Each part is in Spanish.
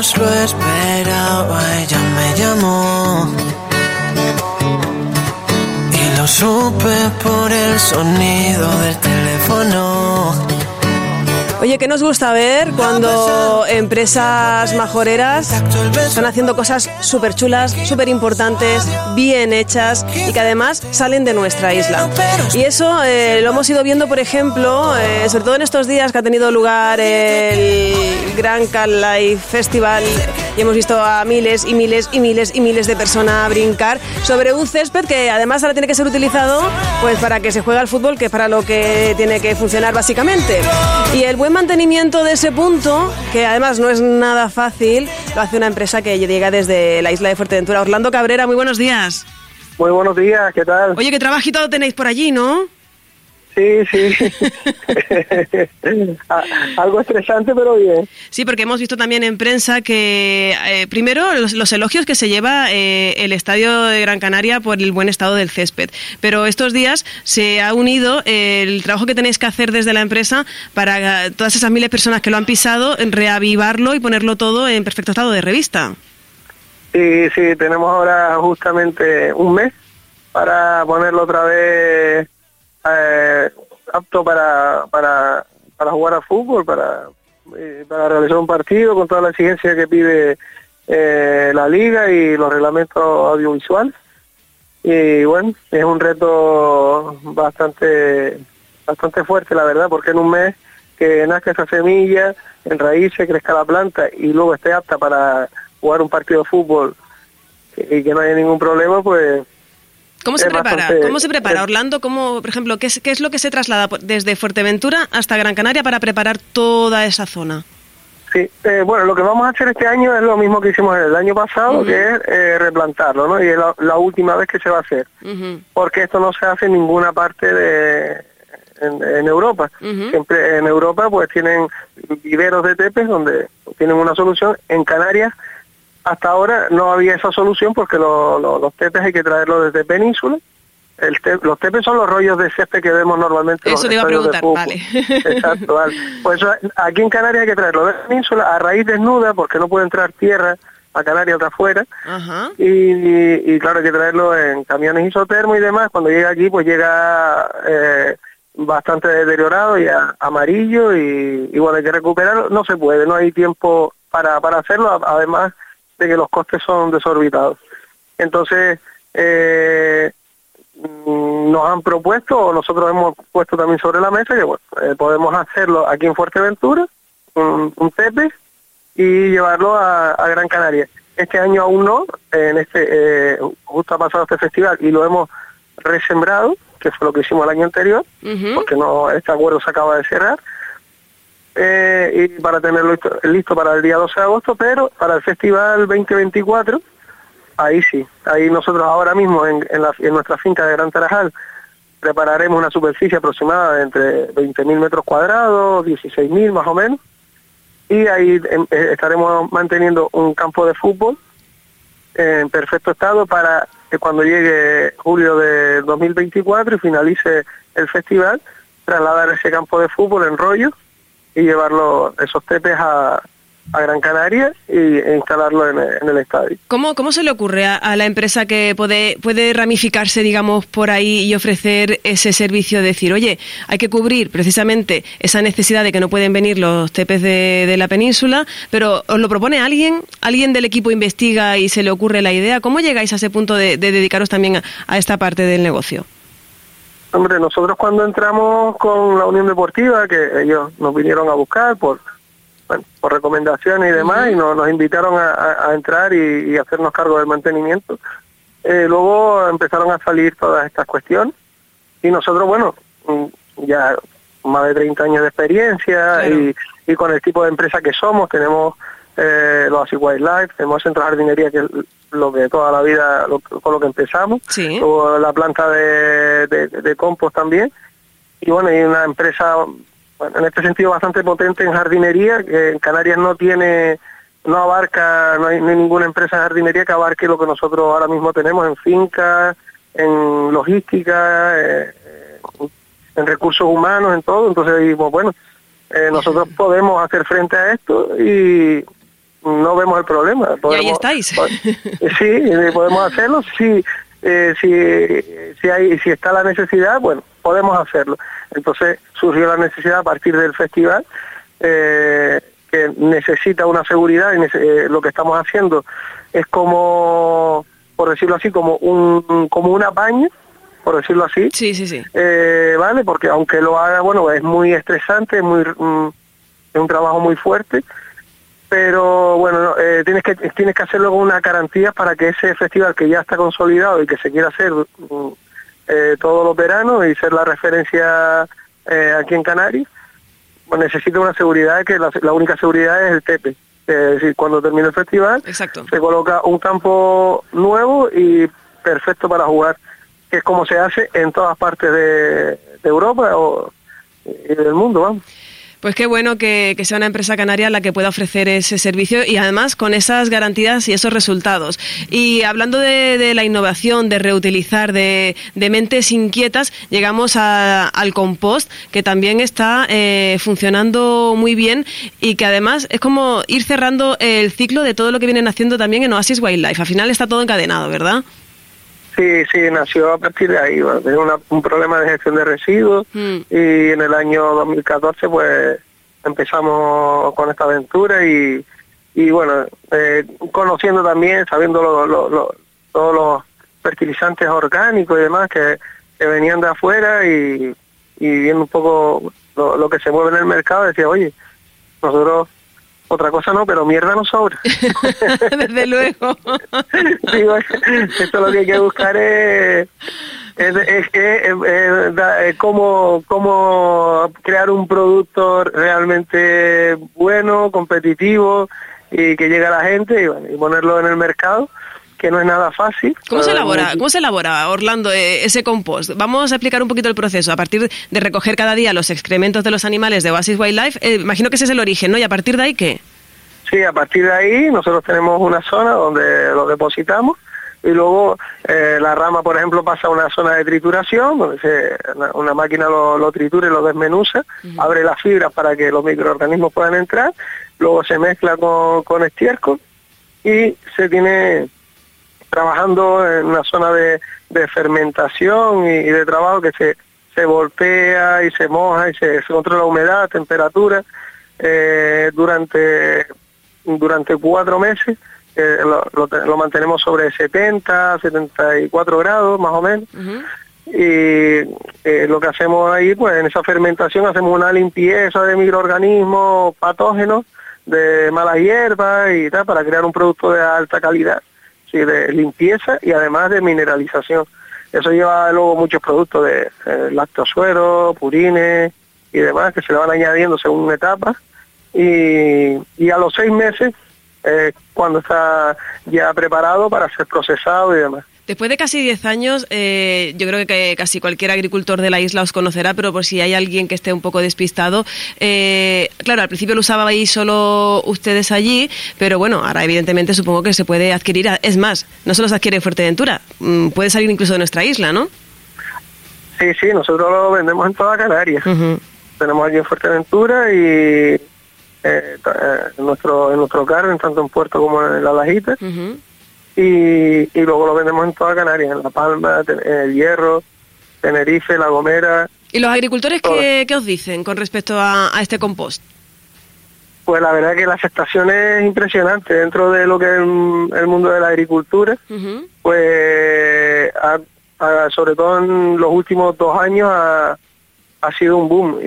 menos lo esperaba, ella me llamó y lo supe por el sonido del teléfono. Oye, ¿qué nos gusta ver cuando empresas majoreras están haciendo cosas súper chulas, súper importantes, bien hechas y que además salen de nuestra isla? Y eso lo hemos ido viendo, por ejemplo, sobre todo en estos días que ha tenido lugar el Gran Cal Life Festival y hemos visto a miles y miles y miles y miles de personas brincar sobre un césped que además ahora tiene que ser utilizado pues para que se juegue al fútbol, que es para lo que tiene que funcionar básicamente. Y el buen mantenimiento de ese punto, que además no es nada fácil, lo hace una empresa que llega desde la isla de Fuerteventura. Orlando Cabrera, muy buenos días. Muy buenos días, ¿qué tal? Oye, qué trabajito tenéis por allí, ¿no? Sí. Algo estresante, pero bien. Sí, porque hemos visto también en prensa que, primero, los elogios que se lleva el Estadio de Gran Canaria por el buen estado del césped. Pero estos días se ha unido el trabajo que tenéis que hacer desde la empresa para todas esas miles de personas que lo han pisado, reavivarlo y ponerlo todo en perfecto estado de revista. Sí, tenemos ahora justamente un mes para ponerlo otra vez apto para jugar a fútbol, para realizar un partido con toda la exigencia que pide la liga y los reglamentos audiovisuales. Y bueno, es un reto bastante fuerte, la verdad, porque en un mes que nazca esa semilla, en raíces, crezca la planta y luego esté apta para jugar un partido de fútbol y que no haya ningún problema, pues... ¿Cómo se prepara, Orlando? ¿Cómo, por ejemplo, qué es lo que se traslada desde Fuerteventura hasta Gran Canaria para preparar toda esa zona? Sí, bueno, lo que vamos a hacer este año es lo mismo que hicimos el año pasado, que es replantarlo, ¿no? Y es la última vez que se va a hacer, porque esto no se hace en ninguna parte en Europa. Siempre en Europa pues tienen viveros de tepes donde tienen una solución. En Canarias hasta ahora no había esa solución porque los tepes hay que traerlos desde península. Los tepes son los rollos de césped que vemos normalmente. Eso te iba a preguntar, vale. Exacto, vale. Pues aquí en Canarias hay que traerlo de península a raíz desnuda porque no puede entrar tierra a Canarias otra afuera. Y claro, hay que traerlo en camiones isotermos y demás. Cuando llega aquí pues llega bastante deteriorado y amarillo y bueno, hay que recuperarlo. No se puede, no hay tiempo para hacerlo, además de que los costes son desorbitados. Entonces, nos han propuesto, o nosotros hemos puesto también sobre la mesa, que bueno, podemos hacerlo aquí en Fuerteventura, un tepe, y llevarlo a Gran Canaria. Este año aún no, justo ha pasado este festival y lo hemos resembrado, que fue lo que hicimos el año anterior, porque este acuerdo se acaba de cerrar, y para tenerlo listo para el día 12 de agosto, pero para el Festival 2024, ahí sí, ahí nosotros ahora mismo en nuestra finca de Gran Tarajal prepararemos una superficie aproximada de entre 20.000 metros cuadrados, 16.000 más o menos, y ahí estaremos manteniendo un campo de fútbol en perfecto estado para que cuando llegue julio de 2024 y finalice el festival, trasladar ese campo de fútbol en rollo y llevarlo, esos tepes a Gran Canaria e instalarlo en el estadio. ¿Cómo se le ocurre a la empresa que puede ramificarse, digamos, por ahí y ofrecer ese servicio de decir, oye, hay que cubrir precisamente esa necesidad de que no pueden venir los tepes de la península, pero os lo propone alguien del equipo investiga y se le ocurre la idea? ¿Cómo llegáis a ese punto de dedicaros también a esta parte del negocio? Hombre, nosotros cuando entramos con la Unión Deportiva, que ellos nos vinieron a buscar por recomendaciones y demás, y nos invitaron a entrar y hacernos cargo del mantenimiento. Luego empezaron a salir todas estas cuestiones, y nosotros, bueno, ya más de 30 años de experiencia, claro. y con el tipo de empresa que somos, tenemos los Así Wildlife, tenemos centros de jardinería, que es lo que toda la vida, con lo que empezamos, sí. O la planta de compost también, y bueno, hay una empresa, bueno, en este sentido bastante potente en jardinería, que en Canarias no hay ninguna empresa de jardinería que abarque lo que nosotros ahora mismo tenemos en fincas, en logística, en recursos humanos, en todo. Entonces dijimos, bueno, nosotros podemos hacer frente a esto y no vemos el problema. Y ahí estáis. Sí, podemos hacerlo. Sí, si está la necesidad, bueno, podemos hacerlo. Entonces surgió la necesidad a partir del festival, que necesita una seguridad, y lo que estamos haciendo es como, por decirlo así, como un apaño, por decirlo así. Sí. Vale, porque aunque lo haga, bueno, es muy estresante, es un trabajo muy fuerte, pero bueno, tienes que hacerlo con una garantía para que ese festival que ya está consolidado y que se quiera hacer todos los veranos y ser la referencia aquí en Canarias, pues necesita una seguridad, que la única seguridad es el tepe. Es decir, cuando termine el festival, exacto, se coloca un campo nuevo y perfecto para jugar, que es como se hace en todas partes de Europa y del mundo, vamos. Pues qué bueno que sea una empresa canaria la que pueda ofrecer ese servicio y además con esas garantías y esos resultados. Y hablando de la innovación, de reutilizar, de mentes inquietas, llegamos al compost, que también está funcionando muy bien y que además es como ir cerrando el ciclo de todo lo que vienen haciendo también en Oasis Wildlife. Al final está todo encadenado, ¿verdad? Sí, nació a partir de ahí. Bueno, tenía un problema de gestión de residuos y en el año 2014 pues empezamos con esta aventura y bueno, conociendo también, sabiendo todos los fertilizantes orgánicos y demás que venían de afuera y viendo un poco lo que se mueve en el mercado, decía, oye, nosotros... Otra cosa no, pero mierda no sobra. Desde luego. Digo, esto lo que hay que buscar es cómo crear un producto realmente bueno, competitivo y que llegue a la gente y ponerlo en el mercado, que no es nada fácil. ¿Cómo se elabora, Orlando, ese compost? Vamos a explicar un poquito el proceso. A partir de recoger cada día los excrementos de los animales de Oasis Wildlife, imagino que ese es el origen, ¿no? ¿Y a partir de ahí qué? Sí, a partir de ahí nosotros tenemos una zona donde lo depositamos y luego la rama, por ejemplo, pasa a una zona de trituración, donde una máquina lo tritura y lo desmenuza, abre las fibras para que los microorganismos puedan entrar, luego se mezcla con estiércol y se tiene... trabajando en una zona de fermentación y de trabajo que se voltea y se moja y se controla la humedad, temperatura, durante 4 meses, lo mantenemos sobre 74 grados más o menos, y lo que hacemos ahí, pues en esa fermentación hacemos una limpieza de microorganismos patógenos, de malas hierbas y tal, para crear un producto de alta calidad. Sí, de limpieza y además de mineralización. Eso lleva luego muchos productos de lactosuero, purines y demás que se le van añadiendo según etapas y a los 6 meses cuando está ya preparado para ser procesado y demás. Después de casi 10 años, yo creo que casi cualquier agricultor de la isla os conocerá, pero por si hay alguien que esté un poco despistado, claro, al principio lo usabais solo ustedes allí, pero bueno, ahora evidentemente supongo que se puede adquirir, es más, no solo se adquiere en Fuerteventura, puede salir incluso de nuestra isla, ¿no? Sí, nosotros lo vendemos en toda Canarias. Tenemos allí en Fuerteventura y en nuestro carro, tanto en Puerto como en La Lajita. Y luego lo vendemos en toda Canarias, en La Palma, en El Hierro, Tenerife, La Gomera. ¿Y los agricultores qué os dicen con respecto a este compost? Pues la verdad que la aceptación es impresionante dentro de lo que es el mundo de la agricultura. Pues sobre todo en los últimos 2 años ha sido un boom.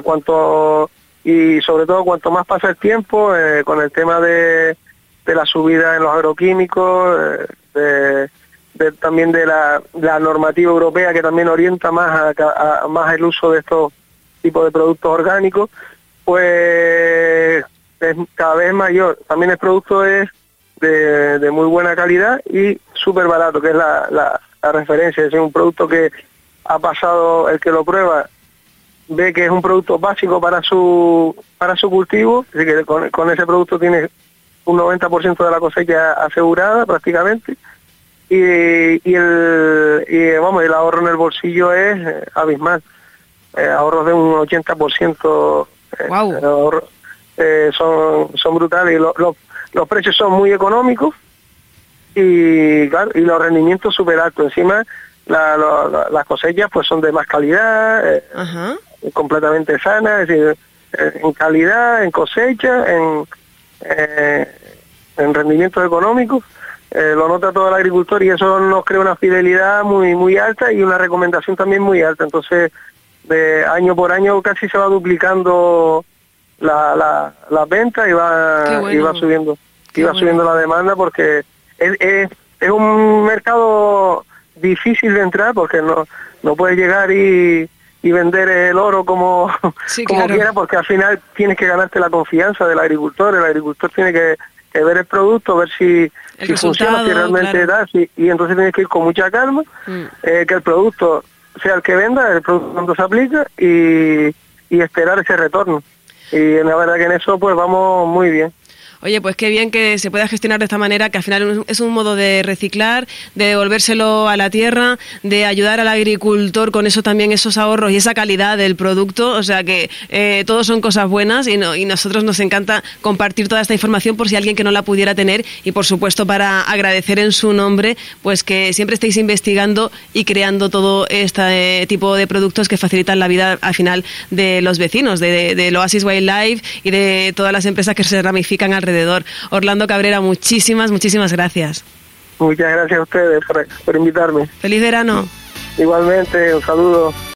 Y sobre todo cuanto más pasa el tiempo, con el tema de la subida en los agroquímicos, también de la normativa europea que también orienta más más el uso de estos tipos de productos orgánicos, pues es cada vez mayor. También el producto es de muy buena calidad y súper barato, que es la referencia. Es decir, un producto que ha pasado, el que lo prueba ve que es un producto básico para su cultivo, así que con ese producto tiene un 90% de la cosecha asegurada prácticamente y el ahorro en el bolsillo es abismal, ahorros de un 80%. Wow. Son brutales y los precios son muy económicos y claro, y los rendimientos súper altos. Encima las cosechas pues son de más calidad, completamente sanas, es decir, en calidad, en cosecha, en rendimientos económicos. Lo nota todo el agricultor y eso nos crea una fidelidad muy alta y una recomendación también muy alta. Entonces, de año por año casi se va duplicando la venta y va subiendo la demanda, porque es un mercado difícil de entrar, porque no puedes llegar y vender el oro como quiera, porque al final tienes que ganarte la confianza del agricultor. El agricultor tiene que ver el producto, ver si funciona, si realmente da, y entonces tienes que ir con mucha calma, que el producto sea el que venda, el producto cuando se aplica, y esperar ese retorno. Y la verdad que en eso pues vamos muy bien. Oye, pues qué bien que se pueda gestionar de esta manera, que al final es un modo de reciclar, de devolvérselo a la tierra, de ayudar al agricultor con eso también, esos ahorros y esa calidad del producto. O sea que todos son cosas buenas y nosotros nos encanta compartir toda esta información por si alguien que no la pudiera tener, y por supuesto para agradecer en su nombre pues que siempre estéis investigando y creando todo este tipo de productos que facilitan la vida al final de los vecinos, del Oasis Wildlife y de todas las empresas que se ramifican alrededor. Orlando Cabrera, muchísimas gracias. Muchas gracias a ustedes por invitarme. Feliz verano. Igualmente, un saludo.